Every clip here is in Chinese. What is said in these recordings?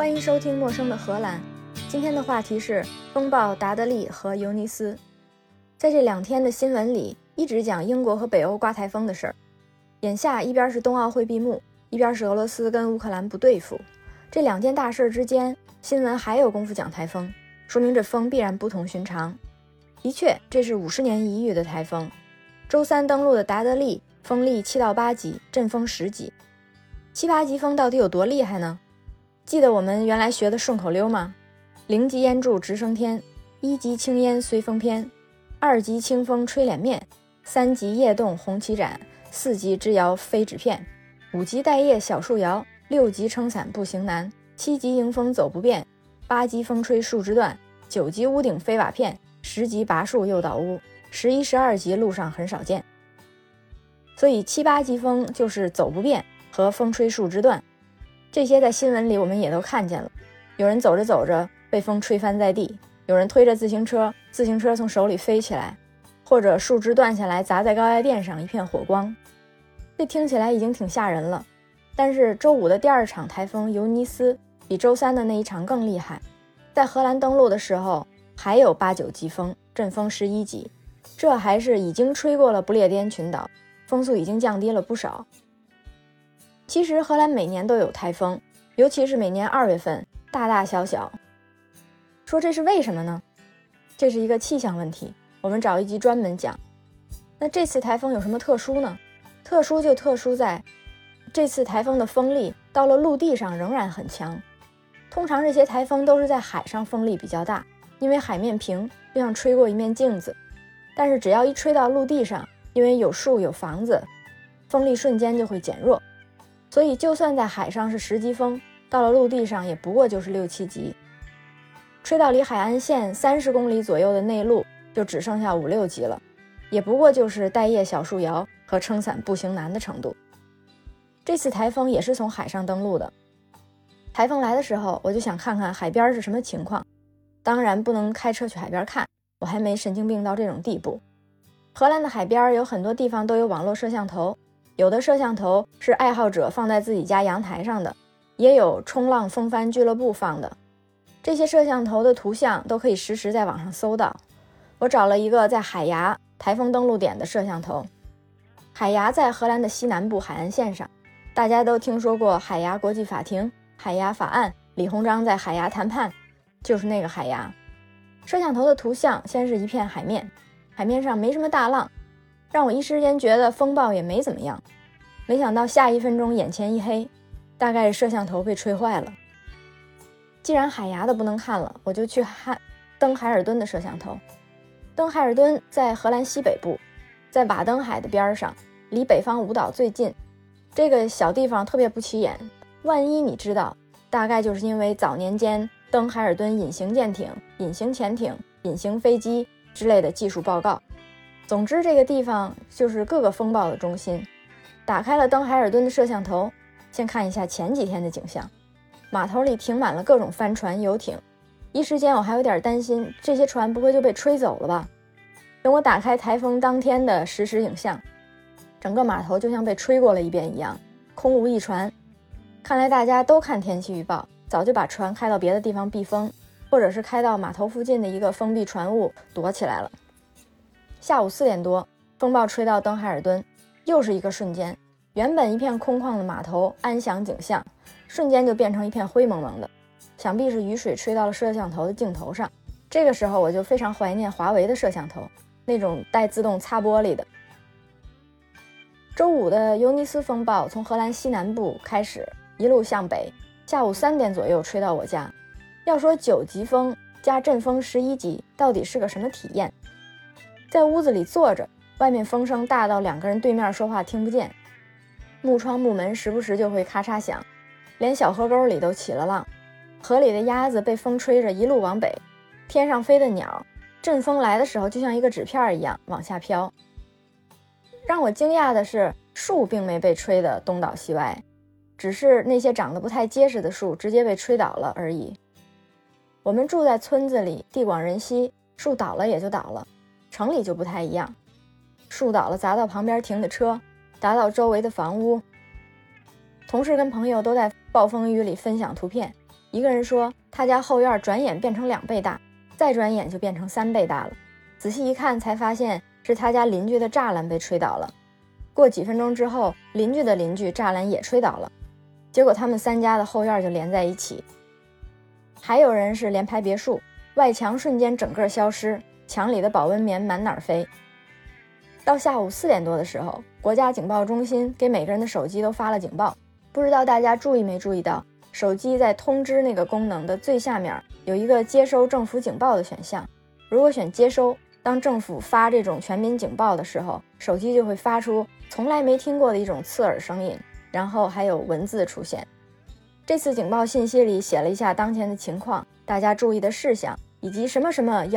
欢迎收听陌生的荷兰。今天的话题是风暴达德利和尤尼斯。在这2天的新闻里，一直讲英国和北欧刮台风的事儿。眼下一边是冬奥会闭幕，一边是俄罗斯跟乌克兰不对付，这2件大事之间，新闻还有功夫讲台风，说明这风必然不同寻常。的确，这是50年一遇的台风。周三登陆的达德利风力7到8级，阵风10级。7、8级风到底有多厉害呢？记得我们原来学的顺口溜吗？0级烟柱直升天，1级青烟随风偏，2级清风吹脸面，3级夜动红旗展，4级枝摇飞纸片，5级带叶小树摇，6级撑伞步行难，7级迎风走不便，8级风吹树枝断，9级屋顶飞瓦片，10级拔树又倒屋，11、12级路上很少见。所以7、8级风就是走不便和风吹树枝断，这些在新闻里我们也都看见了。有人走着走着被风吹翻在地，有人推着自行车，自行车从手里飞起来，或者树枝断下来砸在高压电上，一片火光。这听起来已经挺吓人了。但是周5的第2场台风尤尼斯比周3的那一场更厉害，在荷兰登陆的时候还有8、9级风，阵风11级，这还是已经吹过了不列颠群岛，风速已经降低了不少。其实荷兰每年都有台风，尤其是每年2月份，大大小小。说这是为什么呢？这是一个气象问题，我们找一集专门讲。那这次台风有什么特殊呢？特殊就特殊在这次台风的风力到了陆地上仍然很强。通常这些台风都是在海上风力比较大，因为海面平，就像吹过一面镜子。但是只要一吹到陆地上，因为有树有房子，风力瞬间就会减弱。所以就算在海上是10级风，到了陆地上也不过就是6、7级。吹到离海岸线30公里左右的内陆，就只剩下5、6级了，也不过就是带叶小树摇和撑伞步行难的程度。这次台风也是从海上登陆的。台风来的时候，我就想看看海边是什么情况，当然不能开车去海边看，我还没神经病到这种地步。荷兰的海边有很多地方都有网络摄像头，有的摄像头是爱好者放在自己家阳台上的，也有冲浪风帆俱乐部放的。这些摄像头的图像都可以实时在网上搜到。我找了一个在海牙台风登陆点的摄像头。海牙在荷兰的西南部海岸线上，大家都听说过海牙国际法庭、海牙法案，李鸿章在海牙谈判，就是那个海牙。摄像头的图像先是一片海面，海面上没什么大浪，让我一时间觉得风暴也没怎么样。没想到下1分钟眼前一黑，大概是摄像头被吹坏了。既然海牙的不能看了，我就去登海尔顿的摄像头。登海尔顿在荷兰西北部，在瓦登海的边上，离北方五岛最近。这个小地方特别不起眼，万一你知道，大概就是因为早年间登海尔顿隐形舰艇、隐形潜艇、隐形飞机之类的技术报告。总之这个地方就是各个风暴的中心。打开了登海尔顿的摄像头，先看一下前几天的景象。码头里停满了各种帆船游艇，一时间我还有点担心这些船不会就被吹走了吧。等我打开台风当天的实时影像，整个码头就像被吹过了一遍一样，空无一船。看来大家都看天气预报，早就把船开到别的地方避风，或者是开到码头附近的一个封闭船坞躲起来了。下午4点多，风暴吹到登海尔顿，又是一个瞬间，原本一片空旷的码头安详景象，瞬间就变成一片灰蒙蒙的，想必是雨水吹到了摄像头的镜头上。这个时候我就非常怀念华为的摄像头，那种带自动擦玻璃的。周5的尤尼斯风暴从荷兰西南部开始，一路向北，下午3点左右吹到我家。要说9级风加阵风11级到底是个什么体验？在屋子里坐着，外面风声大到2个人对面说话听不见，木窗木门时不时就会咔嚓响，连小河沟里都起了浪，河里的鸭子被风吹着一路往北，天上飞的鸟阵风来的时候就像一个纸片一样往下飘。让我惊讶的是，树并没被吹得东倒西歪，只是那些长得不太结实的树直接被吹倒了而已。我们住在村子里，地广人稀，树倒了也就倒了。城里就不太一样，树倒了砸到旁边停的车，打倒周围的房屋。同事跟朋友都在暴风雨里分享图片， 一个人说他家后院转眼变成2倍大，再转眼就变成3倍大了。仔细一看才发现是他家邻居的栅栏被吹倒了。过几分钟之后，邻居的邻居栅栏也吹倒了，结果他们3家的后院就连在一起。还有人是连排别墅，外墙瞬间整个消失，墙里的保温棉满哪儿飞。到下午4点多的时候，国家警报中心给每个人的手机都发了警报。不知道大家注意没注意到，手机在通知那个功能的最下面有一个接收政府警报的选项。如果选接收，当政府发这种全民警报的时候，手机就会发出从来没听过的一种刺耳声音，然后还有文字出现。这次警报信息里写了一下当前的情况，大家注意的事项，以及什么什么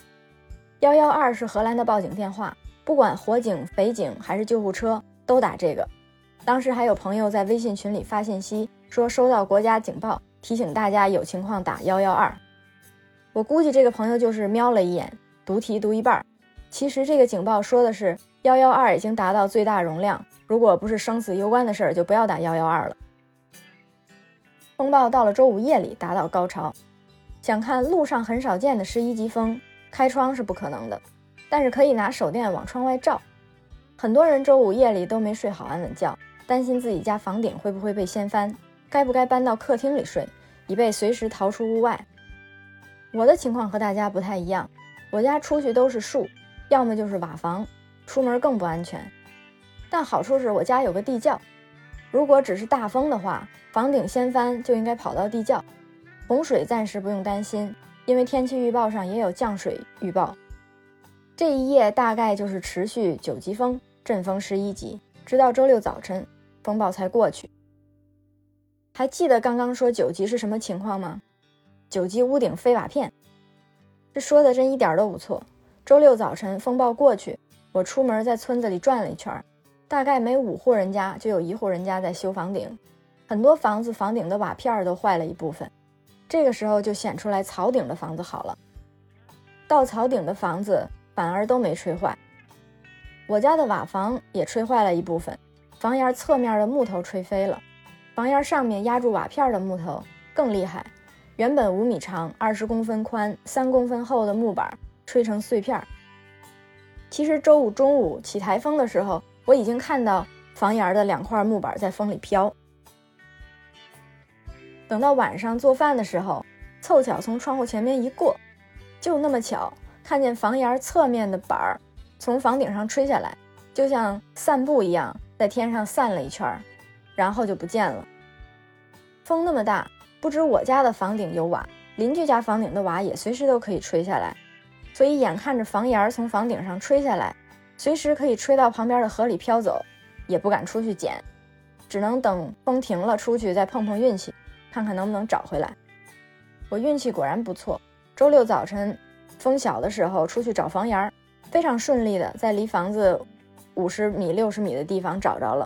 112。112是荷兰的报警电话，不管火警、匪警还是救护车都打这个。当时还有朋友在微信群里发信息说收到国家警报，提醒大家有情况打112。我估计这个朋友就是瞄了一眼，读题读一半。其实这个警报说的是112已经达到最大容量，如果不是生死攸关的事儿，就不要打112了。风暴到了周五夜里达到高潮，想看路上很少见的11级风，开窗是不可能的，但是可以拿手电往窗外照。很多人周五夜里都没睡好安稳觉，担心自己家房顶会不会被掀翻，该不该搬到客厅里睡，以备随时逃出屋外。我的情况和大家不太一样，我家出去都是树，要么就是瓦房，出门更不安全。但好处是我家有个地窖，如果只是大风的话，房顶掀翻就应该跑到地窖。洪水暂时不用担心，因为天气预报上也有降水预报。这一夜大概就是持续9级风，阵风11级，直到周六早晨风暴才过去。还记得刚刚说9级是什么情况吗？9级屋顶飞瓦片。这说的真一点都不错。周六早晨风暴过去，我出门在村子里转了一圈，大概每5户人家就有1户人家在修房顶，很多房子房顶的瓦片都坏了一部分。这个时候就显出来草顶的房子好了，稻草顶的房子反而都没吹坏。我家的瓦房也吹坏了一部分，房檐侧面的木头吹飞了，房檐上面压住瓦片的木头更厉害，原本5米长、20公分宽、3公分厚的木板吹成碎片。其实周五中午起台风的时候，我已经看到房檐的2块木板在风里飘。等到晚上做饭的时候，凑巧从窗户前面一过，就那么巧看见房檐侧面的板儿从房顶上吹下来，就像散步一样在天上散了一圈，然后就不见了。风那么大，不止我家的房顶有瓦，邻居家房顶的瓦也随时都可以吹下来，所以眼看着房檐从房顶上吹下来，随时可以吹到旁边的河里飘走，也不敢出去捡，只能等风停了出去再碰碰运气，看看能不能找回来。我运气果然不错，周六早晨风小的时候出去找房檐，非常顺利的在离房子50米60米的地方找着了。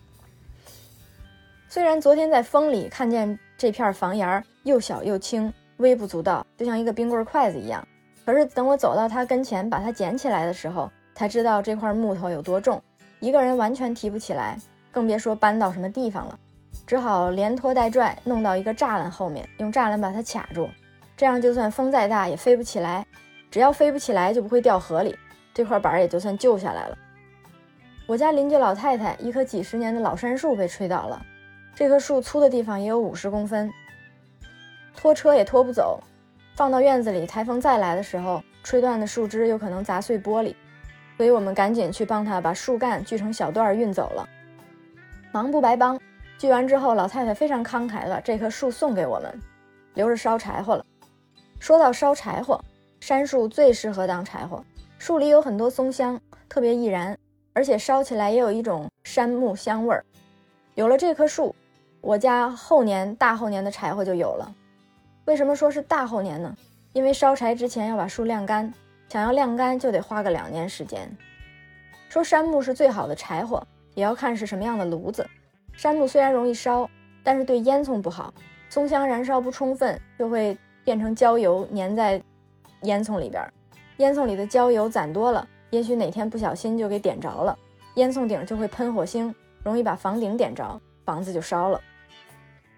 虽然昨天在风里看见这片房檐又小又轻，微不足道，就像一个冰棍筷子一样，可是等我走到它跟前把它捡起来的时候，才知道这块木头有多重，一个人完全提不起来，更别说搬到什么地方了。只好连拖带拽弄到一个栅栏后面，用栅栏把它卡住，这样就算风再大也飞不起来，只要飞不起来就不会掉河里，这块板也就算救下来了。我家邻居老太太一棵几十年的老杉树被吹倒了，这棵树粗的地方也有50公分，拖车也拖不走，放到院子里，台风再来的时候，吹断的树枝有可能砸碎玻璃，所以我们赶紧去帮她把树干锯成小段运走了。忙不白帮，锯完之后，老太太非常慷慨的这棵树送给我们，留着烧柴火了。说到烧柴火，杉树最适合当柴火，树里有很多松香，特别易燃，而且烧起来也有一种杉木香味儿。有了这棵树，我家大后年的柴火就有了。为什么说是大后年呢？因为烧柴之前要把树晾干，想要晾干就得花个2年时间。说杉木是最好的柴火，也要看是什么样的炉子。杉木虽然容易烧，但是对烟囱不好，松香燃烧不充分就会变成焦油粘在烟囱里边，烟囱里的焦油攒多了，也许哪天不小心就给点着了，烟囱顶就会喷火星，容易把房顶点着，房子就烧了。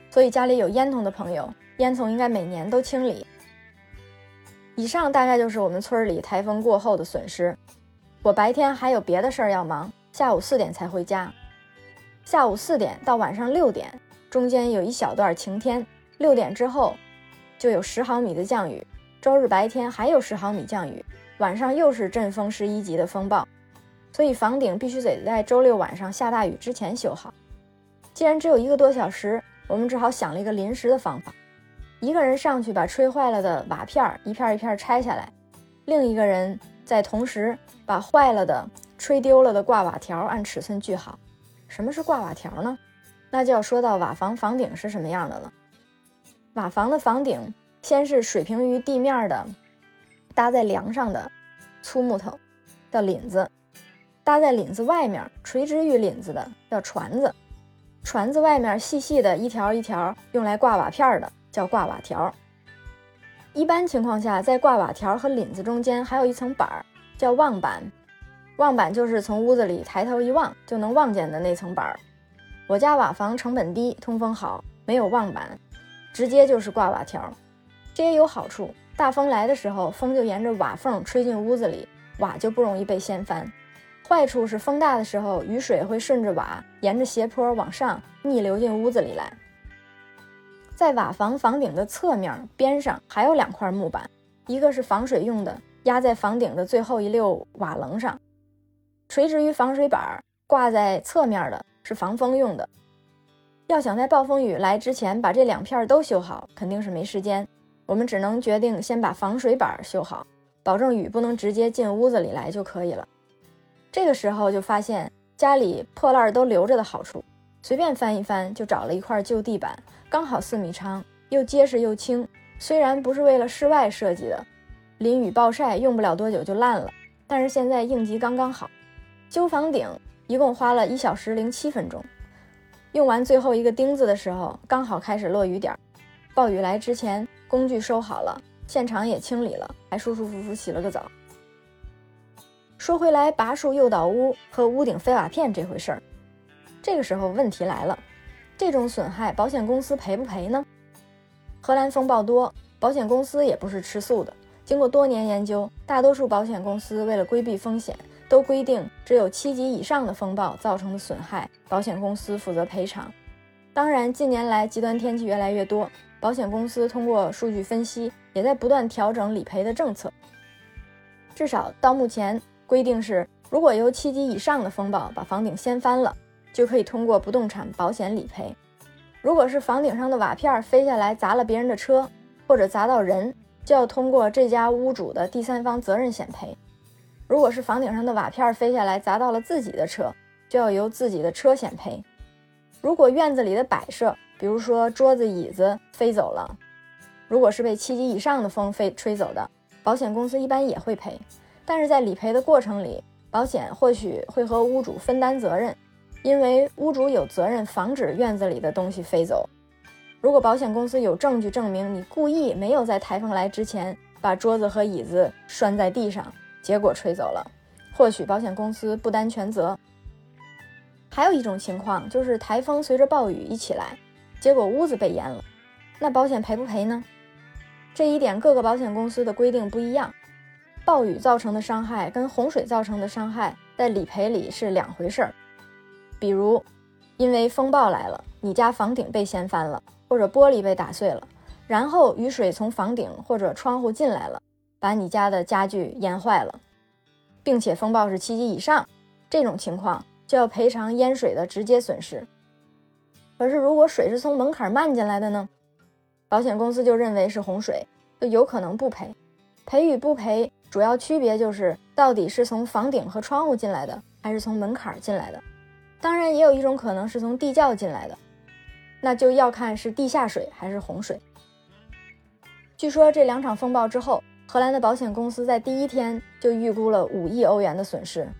所以家里有烟囱的朋友，烟囱应该每年都清理。以上大概就是我们村里台风过后的损失。我白天还有别的事儿要忙，下午4点才回家。下午4点到晚上6点，中间有一小段晴天，6点之后就有10毫米的降雨，周日白天还有10毫米降雨，晚上又是阵风11级的风暴，所以房顶必须得在周六晚上下大雨之前修好。既然只有1个多小时，我们只好想了一个临时的方法，一个人上去把吹坏了的瓦片一片一片拆下来，另一个人再同时把坏了的、吹丢了的挂瓦条按尺寸锯好。什么是挂瓦条呢？那就要说到瓦房房顶是什么样的了。瓦房的房顶先是水平于地面的搭在梁上的粗木头叫檩子，搭在檩子外面垂直于檩子的叫椽子，椽子外面细细的一条一条用来挂瓦片的叫挂瓦条。一般情况下，在挂瓦条和檩子中间还有一层板叫望板，望板就是从屋子里抬头一望就能望见的那层板。我家瓦房成本低，通风好，没有望板，直接就是挂瓦条。这也有好处，大风来的时候，风就沿着瓦缝吹进屋子里，瓦就不容易被掀翻。坏处是风大的时候，雨水会顺着瓦沿着斜坡往上逆流进屋子里来。在瓦房房顶的侧面边上还有2块木板，一个是防水用的，压在房顶的最后一溜瓦棱上，垂直于防水板挂在侧面的是防风用的。要想在暴风雨来之前把这2片都修好，肯定是没时间，我们只能决定先把防水板修好，保证雨不能直接进屋子里来就可以了。这个时候就发现家里破烂都留着的好处，随便翻一翻就找了一块旧地板，刚好4米长，又结实又轻，虽然不是为了室外设计的，淋雨暴晒用不了多久就烂了，但是现在应急刚刚好。修房顶一共花了1小时07分钟，用完最后一个钉子的时候，刚好开始落雨点。暴雨来之前，工具收好了，现场也清理了，还舒舒服服洗了个澡。说回来，拔树诱倒屋和屋顶飞瓦片这回事儿，这个时候问题来了，这种损害保险公司赔不赔呢？荷兰风暴多，保险公司也不是吃素的。经过多年研究，大多数保险公司为了规避风险，都规定只有7级以上的风暴造成的损害，保险公司负责赔偿。当然，近年来极端天气越来越多，保险公司通过数据分析，也在不断调整理赔的政策。至少到目前，规定是，如果由7级以上的风暴把房顶掀翻了，就可以通过不动产保险理赔。如果是房顶上的瓦片飞下来砸了别人的车，或者砸到人，就要通过这家屋主的第三方责任险赔。如果是房顶上的瓦片飞下来砸到了自己的车，就要由自己的车险赔。如果院子里的摆设，比如说桌子椅子飞走了，如果是被7级以上的风吹走的，保险公司一般也会赔。但是在理赔的过程里，保险或许会和屋主分担责任，因为屋主有责任防止院子里的东西飞走。如果保险公司有证据证明你故意没有在台风来之前把桌子和椅子拴在地上，结果吹走了，或许保险公司不担全责。还有一种情况就是台风随着暴雨一起来，结果屋子被淹了，那保险赔不赔呢？这一点各个保险公司的规定不一样。暴雨造成的伤害跟洪水造成的伤害在理赔里是2回事儿。比如因为风暴来了，你家房顶被掀翻了，或者玻璃被打碎了，然后雨水从房顶或者窗户进来了，把你家的家具淹坏了，并且风暴是7级以上，这种情况就要赔偿淹水的直接损失。可是如果水是从门槛漫进来的呢，保险公司就认为是洪水，就有可能不赔。赔与不赔主要区别就是到底是从房顶和窗户进来的，还是从门槛进来的。当然也有一种可能是从地窖进来的，那就要看是地下水还是洪水。据说这2场风暴之后，荷兰的保险公司在第1天就预估了5亿欧元的损失。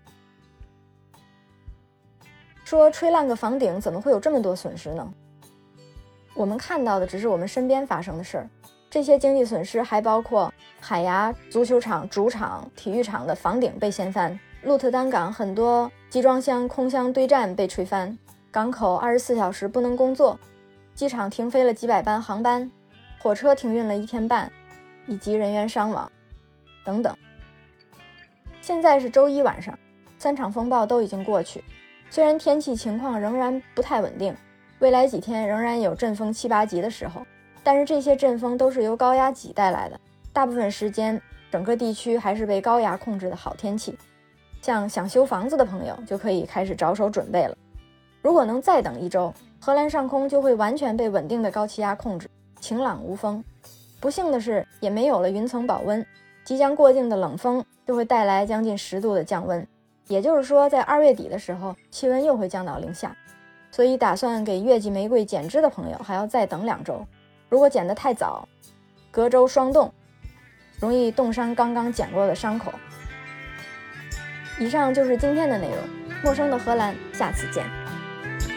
说吹烂个房顶怎么会有这么多损失呢？我们看到的只是我们身边发生的事儿，这些经济损失还包括海牙足球场、主场、体育场的房顶被掀翻，鹿特丹港很多集装箱、空箱堆站被吹翻，港口24小时不能工作， 机场停飞了几百班航班，火车停运了1天半，以及人员伤亡等等。现在是周一晚上，3场风暴都已经过去，虽然天气情况仍然不太稳定，未来几天仍然有阵风7、8级的时候，但是这些阵风都是由高压脊带来的，大部分时间整个地区还是被高压控制的好天气。像想修房子的朋友就可以开始着手准备了。如果能再等1周，荷兰上空就会完全被稳定的高气压控制，晴朗无风。不幸的是，也没有了云层保温，即将过境的冷风就会带来将近10度的降温，也就是说在2月底的时候，气温又会降到0下。所以打算给月季玫瑰剪枝的朋友还要再等2周，如果剪得太早，隔周霜冻，容易冻伤刚刚剪过的伤口。以上就是今天的内容，陌生的荷兰，下次见。